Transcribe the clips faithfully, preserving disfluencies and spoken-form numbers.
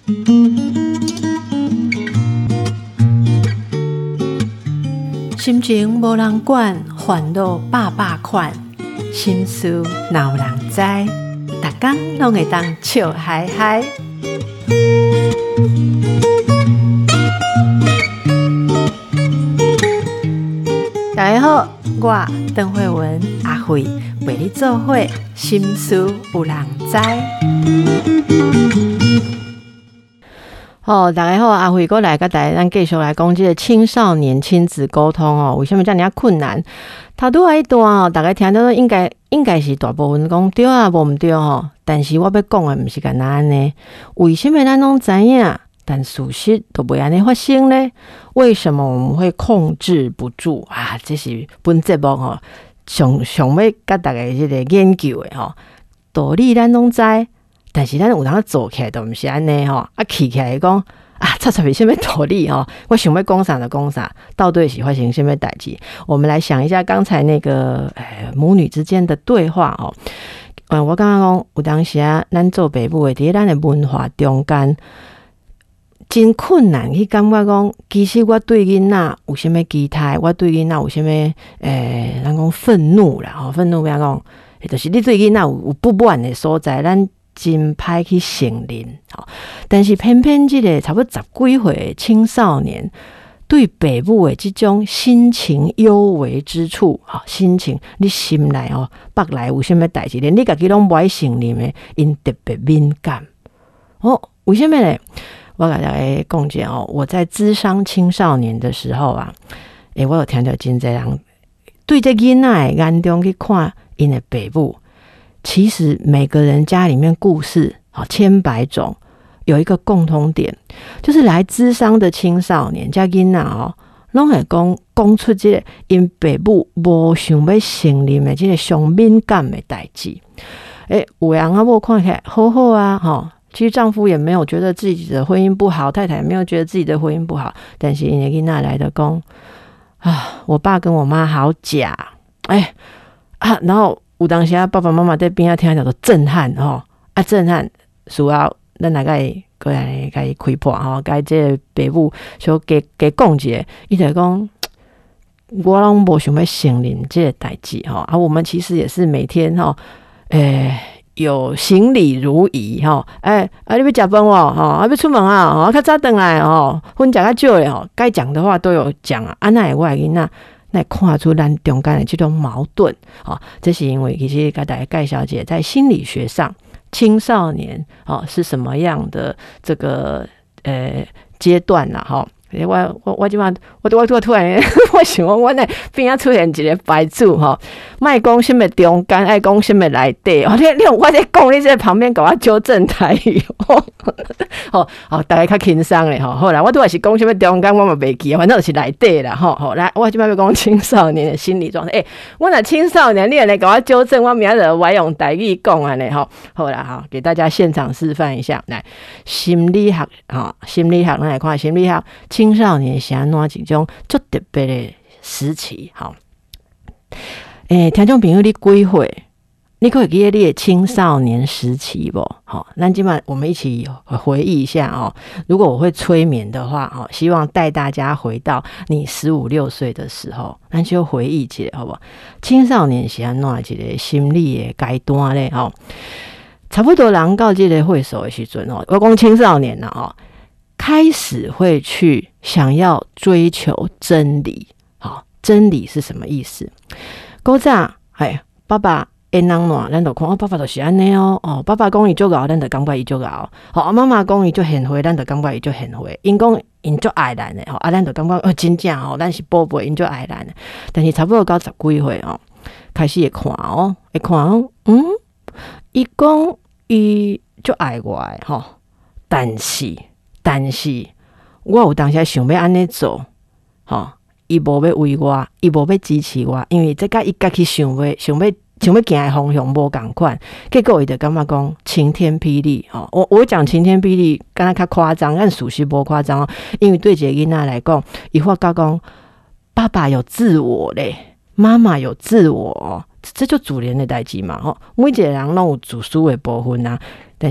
心情无人管，烦恼百百款，心事哪有人知？逐天拢会当笑嗨嗨。大家好，我邓惠文阿惠陪你做伙，心事有人知。好，大家好，阿惠过来跟大家咱继续来讲这个青少年亲子沟通哦，为什么这么困难？头拄仔一段哦，大家听到应该应该是大部分讲对啊，无毋对哦。但是我要讲的毋是干那安尼，为什么咱拢知影，但事实都袂安尼发生呢？为什么我们会控制不住啊？这是本节目吼上上要甲大家这个研究的吼道理，咱拢知。但是咱有当做起来都毋是安尼吼，啊起起来讲啊，插插是什么道理吼？我想要讲啥就讲啥，到底是发生什么代志？我们来想一下刚才那个呃母女之间的对话哦。呃，我刚刚讲有当时啊，咱做爸母的伫咱的文化中间，真困难去感觉讲，其实我对囡仔有什么期待，我对囡仔有什么诶，咱讲愤怒啦，吼，愤怒不要讲，就是你对囡仔有有不满的所在，咱真歹去承认，但是偏偏这个差不多十几岁的青少年，对爸母的这种心情幽微之处，心情你心内哦，北来有什么代志，连你自己拢不爱承认的，因特别敏感。哦，为什么呢？我跟大家讲一下哦，我在諮商青少年的时候啊，诶，我有听到真侪人对这囡仔的眼中去看因的爸母。其实每个人家里面故事千百种，有一个共通点，就是来諮商的青少年这囡仔哦，拢会讲讲出这个因爸母无想要承认的这个上敏感的代志。诶，有人啊，我看起来好好啊，哈，其实丈夫也没有觉得自己的婚姻不好，太太也没有觉得自己的婚姻不好，但是因的囡仔来的讲啊，我爸跟我妈好假，哎啊，然后。有当时啊，爸爸妈妈在边仔听到都震撼吼，啊震撼，需要咱来个过来甲伊开破吼，甲这个爸母小加加讲一下，伊就讲，我拢无想要承认这个代志吼，啊，我们其实也是每天吼，诶、欸，有行礼如仪吼，诶、欸，啊，你要食饭哦，吼，啊，要出门啊，吼，较早回来吼，婚食较少咧吼，该讲的话都有讲啊，啊，那会我的囡仔。来看出咱中间的这种矛盾，哦，这是因为其实跟大家介绍姐在心理学上，青少年哦是什么样的这个呃阶段啦，哈、哦。我我我即马我我我突然我想讲，我那边仔出现一个牌子吼，莫讲什么中间，爱讲什么内底。哦，你你我在讲，你在旁边给我纠正台语。哦哦，大家较轻松咧吼。好啦，我拄也是讲什么中间，我嘛袂记，反正就是内底啦。吼好，来，我即摆要讲青少年的心理状态。诶、欸，我若青少年，你也来给我纠正，我明仔就我用台语讲安尼吼。好啦，好，给大家现场示范一下。来，心理学吼，心理学咱来看心理学。青少年是安怎一种足特别的时期，吼。诶，听众朋友，你几岁？你可以记得你的青少年时期不？好，那今晚我们一起回忆一下哦。如果我会催眠的话，哦，希望带大家回到你十五六岁的时候，咱就回忆起来，好不好？青少年是安怎一个心理的阶段咧？吼，差不多人到这个会所的时阵哦，我讲青少年啦，哦。开始会去想要追求真理，好，真理是什么意思？古早，哎，爸爸因人暖，咱就看哦，爸爸就是安尼哦，哦，爸爸讲伊足敖，咱就感觉伊足敖，好，妈妈讲伊足贤惠，咱就感觉伊足贤惠，因讲因足爱咱的，吼，啊，咱就感觉哦，真正哦，咱是宝贝，因足爱咱的。但是差不多到十几岁哦，开始会看哦，会看哦，嗯，伊讲伊足爱我的吼，但是。但是我有当时想要安尼做，吼，伊无要为我，伊无要支持我，因为这甲伊家己想要想要想要行的方向无共款，结果伊就感觉讲晴天霹雳哦。我我讲晴天霹雳，敢若较夸张，但属实无夸张哦。因为对一个囡仔来讲，伊发觉讲爸爸有自我咧，妈妈有自我，这就自然的代志嘛吼。每一个人拢有自私的部分啊，但是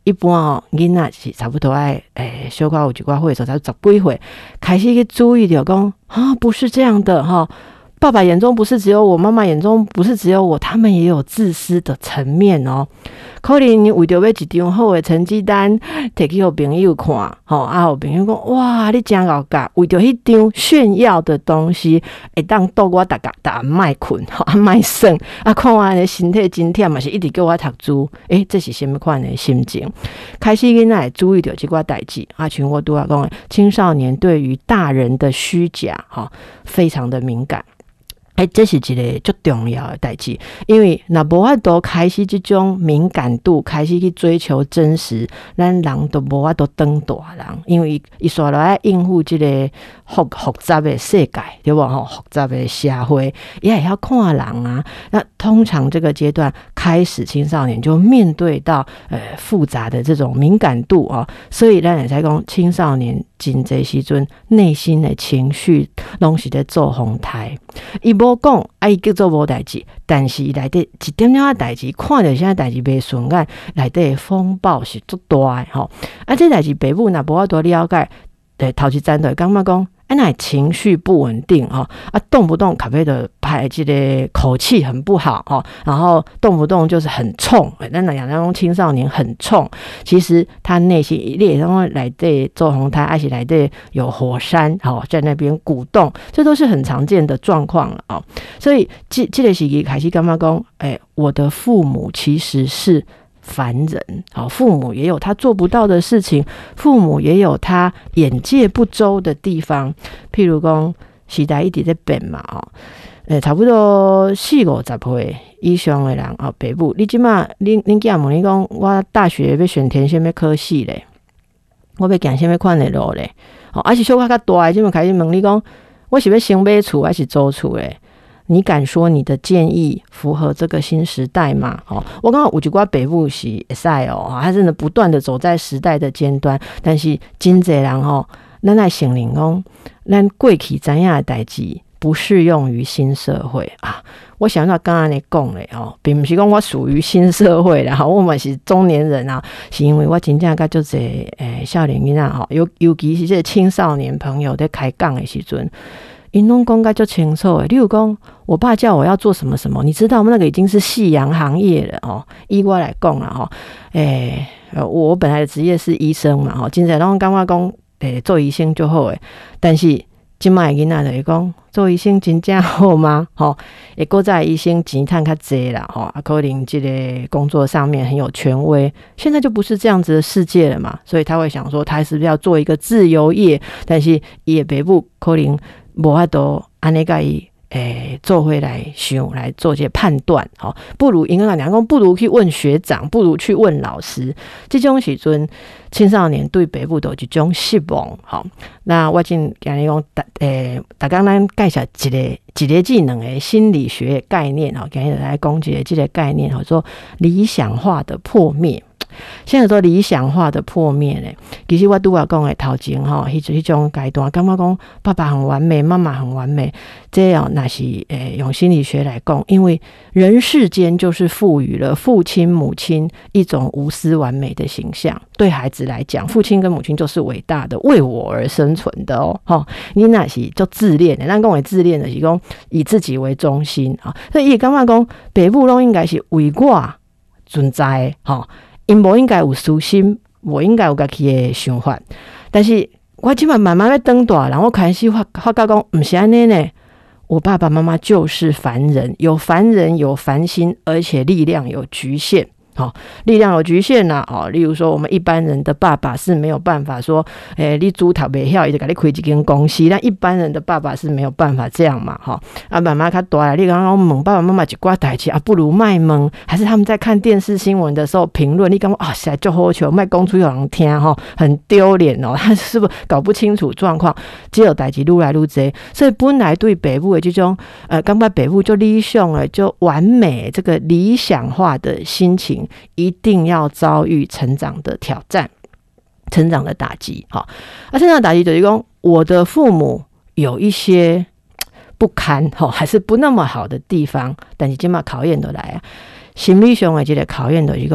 一般哦，囡仔是差不多爱诶，小可有一寡岁数，才十几岁，开始去注意到讲啊，不是这样的哈。爸爸眼中不是只有我，妈妈眼中不是只有我，他们也有自私的层面哦。可能你为着要一张好的成绩单，摕去给朋友看，吼啊，有朋友讲哇，你真够格，为着迄张炫耀的东西，会当逗我大家大卖困，吼啊卖耍，啊看我的身体真忝，嘛是一直叫我读书，诶，这是什么款的心情？开始囡仔会注意到这寡代志，啊，像我拄仔讲的，青少年对于大人的虚假，吼，非常的敏感。哎，这是一个最重要的代志，因为若无法度开始这种敏感度，开始去追求真实，咱人都无法度当大人，因为伊煞落来应付这个复复杂的世界，对不吼？复杂的社会，也也要看人啊。那通常这个阶段开始，青少年就面对到呃复杂的这种敏感度哦，所以咱会使讲青少年真侪时阵内心的情绪拢是在做风台，伊无讲，啊，伊叫做无代志，但是伊内底一点点仔代志，看着现在代志袂顺眼，内底的风暴是足大的吼。啊，这代志爸母若无法度了解，诶，头一站就会感觉讲，啊，那情绪不稳定吼，啊，动不动卡啡的拍这个口气很不好吼，然后动不动就是很冲，咱来讲那种青少年很冲，其实他内心一列然后来对做红台，而且来对有火山吼在那边鼓动，这都是很常见的状况了哦。所以这这个时期开始感觉讲，哎，我的父母其实是凡人，好，父母也有他做不到的事情，父母也有他眼界不周的地方，譬如讲时代一直在变嘛，哦，诶，差不多四五十岁以上的人哦，爸母，你即马恁恁囝问你讲，我大学要选填什么科系咧？我要行什么款的路咧？哦，而且小可较大的，即马开始问你讲，我是要先买厝还是租厝咧？你敢说你的建议符合这个新时代吗？哦，我刚刚有一寡爸母是会使哦，他真的不断的走在时代的尖端，但是真侪人哦，咱来承认讲，咱过去知影的代志不适用于新社会啊。我想要刚刚你讲的哦，并不是讲我属于新社会啦，我们是中年人啊，是因为我真正甲足侪诶少年囡仔吼，尤尤其是这青少年朋友在开讲的时阵。因拢讲甲足清楚诶，例如讲，我爸叫我要做什么什么，你知道吗？那个已经是夕阳行业了哦。以我来讲啦吼，诶、欸，我本来的职业是医生嘛吼，真侪拢感觉讲，诶、欸，做医生就好诶。但是即摆囡仔就会讲，做医生真正好吗？吼，会搁再医生钱赚较济啦吼，啊，可能这个工作上面很有权威。现在就不是这样子的世界了嘛，所以他会想说，他是不是要做一个自由业？但是伊的爸母可能无法度安尼甲伊诶做回来想来做一些判断，好，不如应该讲讲，不如去问学长，不如去问老师。这种时阵，青少年对爸母都有一种失望。好，那我今今日讲大诶，大家咱介绍一个一个技能的心理学概念，好，今日来讲一个这个概念，好，说理想化的破灭。现在说理想化的破灭咧，其实我拄仔讲的头前吼，迄迄种阶段，感觉讲爸爸很完美，妈妈很完美，这样那是诶用心理学来讲，因为人世间就是赋予了父亲、母亲一种无私完美的形象。对孩子来讲，父亲跟母亲就是伟大的，为我而生存的哦。吼，你那是就自恋的，咱讲的自恋的是讲以自己为中心啊，所以伊感觉讲爸母拢应该是为我存在的，吼。因无应该有私心，无应该有家己的想法，但是我即摆慢慢要长大，然后开始发发觉讲，毋是安尼呢。我爸爸妈妈就是凡人，有凡人，有凡心，而且力量有局限。好、哦，力量有局限呐、啊。哦，例如说，我们一般人的爸爸是没有办法说，诶、欸，你煮头袂晓，伊就给你开一间公司。但一般人的爸爸是没有办法这样嘛。哈、哦，啊，慢慢较大了，你刚刚问爸爸妈妈一寡代志啊，不如卖问，还是他们在看电视新闻的时候评论，你感觉啊，实在就好笑，卖讲出有人听哈、哦，很丢脸哦。他是不是搞不清楚状况？只有代志愈来愈多，所以本来对爸母的这种呃，感觉爸母就理想了，就完美这个理想化的心情。一定要遭遇成长的挑战，成长的打击。好，啊，成长的打击就是说，我的父母有一些不堪，还是不那么好的地方，但是今嘛考验都来啊。心理上的这个考验就是说，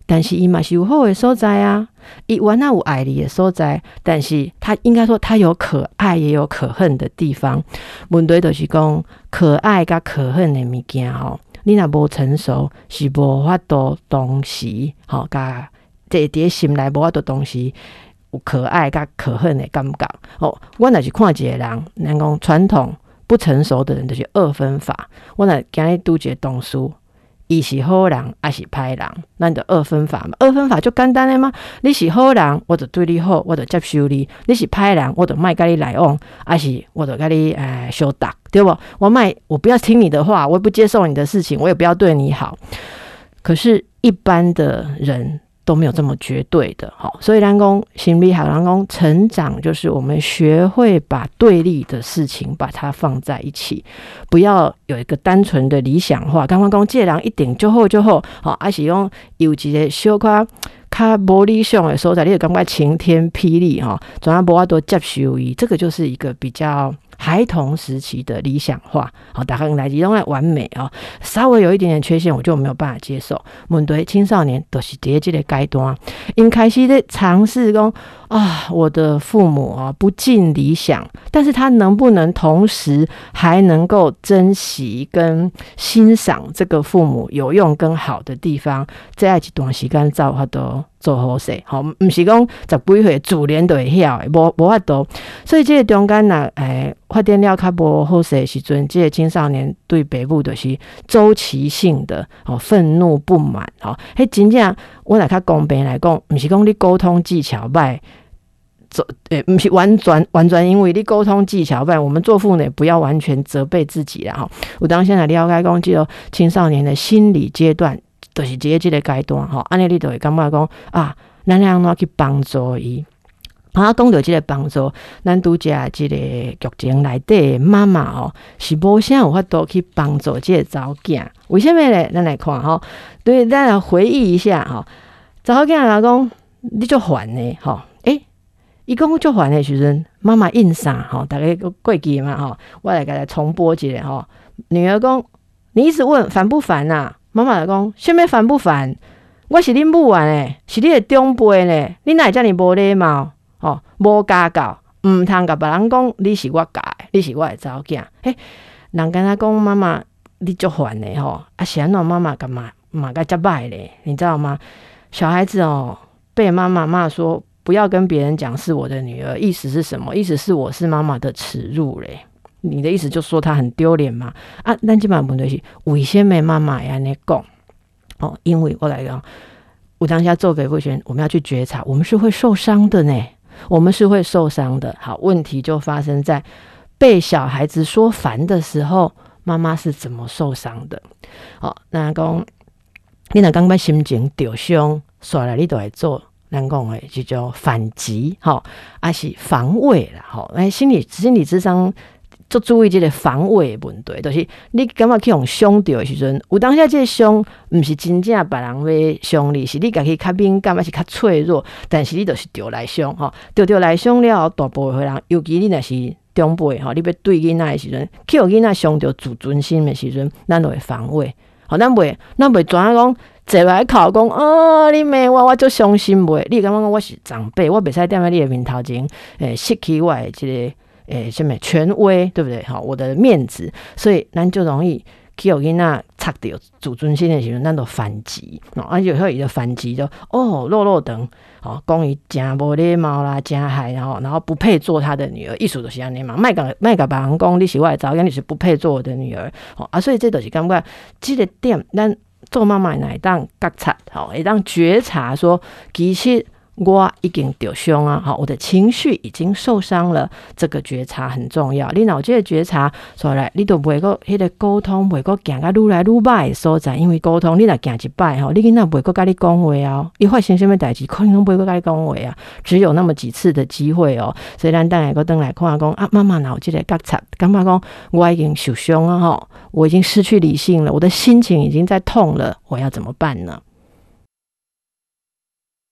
但是伊嘛是有好的所在啊，伊原来有爱你的所在，但是他应该说他有可爱也有可恨的地方。问题就是讲可爱甲可恨的物件吼，你若无成熟，是无法度同时吼，甲这伫心内无法度同时有可爱甲可恨的感觉。哦，我若是看一个人，咱讲传统不成熟的人就是二分法。我若今日拄一个同事，伊是好人还是歹人，咱就二分法嘛。二分法就简单的嘛，你是好人，我就对你好，我就接受你；你是歹人，我就莫跟你来往，还是我就跟你诶相打，对不？我莫，我不要听你的话，我也不接受你的事情，我也不要对你好。可是，一般的人都没有这么绝对的，所以咱讲心理学，咱讲成长就是我们学会把对立的事情把它放在一起，不要有一个单纯的理想化。刚刚讲这个人一定就好就好，还是讲有一个小可较无理想的所在，你就感觉晴天霹雳哈，总要无法度接受伊，这个就是一个比较孩童时期的理想化，好，大家来自拢爱完美啊，稍微有一点点缺陷，我就没有办法接受。问题青少年都是在这个阶段，因开始在尝试讲啊，我的父母啊不尽理想，但是他能不能同时还能够珍惜跟欣赏这个父母有用跟好的地方，这一段时间才有法度做好势，好，不是讲十几岁自然就会晓的，无无法度。所以这个中间呐，诶，发展了较无好势的时阵，这个青少年对父母就是周期性的哦，愤怒不满，哦，迄真正我来较公平来讲，不是讲你沟通技巧歹。诶，不是完全完全因为你沟通技巧歹，我们做父母不要完全责备自己啦哈。有当现在了解讲，这个青少年的心理阶段，就是这个这个阶段哈，安尼你就会感觉讲啊，咱要安怎去帮助伊？啊，讲到这个帮助，咱拄则这个剧情内底妈妈哦，是无啥有法度去帮助这个查某囝。为什么咧？咱来看吼，对，咱来回忆一下哈。查某囝来讲，你就烦呢，吼。伊讲足烦的时阵，妈妈应啥？吼，大家过记嘛？吼，我来给他重播一下吼。女儿讲：“你一直问烦不烦呐、啊？”妈妈来讲：“什么烦不烦？我是恁母完诶，是你的长辈呢。你哪会这么无礼貌？吼，无家教，唔通甲别人讲你是我教的，你是我的查某囝。嘿，人跟他讲妈妈，你足烦的吼。啊，是安怎妈妈干嘛嘛个遮歹咧？你知道吗？小孩子哦，被妈妈骂说。”不要跟别人讲是我的女儿，意思是什么？意思是我是妈妈的耻辱嘞。你的意思就说她很丢脸嘛？啊，咱基本上问题是为什么妈妈要安尼讲？哦，因为我来讲，我当下做给父权，我们要去觉察，我们是会受伤的呢，我们是会受伤的。好，问题就发生在被小孩子说烦的时候，妈妈是怎么受伤的？哦，那讲你若感觉心情受伤，刷来你都会做。咱讲诶，就叫反击，吼，还是防卫啦，吼。诶，心理心理智商就注意这个防卫的问题，就是你感觉去用伤到的时阵，有当下这个伤，不是真正别人要伤你，是你家己较敏感，还是较脆弱，但是你就是着来伤，吼，着着来伤了后，大部分人，尤其你若是长辈，吼，你要对囡仔的时阵，去有囡仔伤到自尊心的时阵，咱就会防卫，吼，咱袂，咱袂专讲。坐来哭讲，哦，你骂我，我足伤心袂？你感觉讲我是长辈，我袂使踮在你的面头前，诶，失去我的这个诶什么权威，对不对？好，我的面子，所以咱就容易去有囡仔插到自尊心的时候，咱就反击，啊，有时候伊就反击就哦，落落长，哦，讲伊真无礼貌啦，真害，然后然后不配做他的女儿，意思就是安尼嘛，莫甲莫甲别人讲你是我的查某囝，你是不配做我的女儿，哦啊，所以这就是感觉这个点，咱。做妈妈会当觉察，好，会当觉察说，其实我已经受伤啊，好，我的情绪已经受伤了，这个觉察很重要。你脑这个觉察，所以你都袂个迄个沟通，袂个行到愈来愈歹的所在，因为沟通你若行一摆吼，你囡仔袂个甲你讲话啊，伊发生什么代志，可能拢袂个甲你讲话啊，只有那么几次的机会哦。所以咱等下个等来看讲啊，妈妈脑这个觉察，感觉讲我已经受伤啊，吼，我已经失去理性了，我的心情已经在痛了，我要怎么办呢？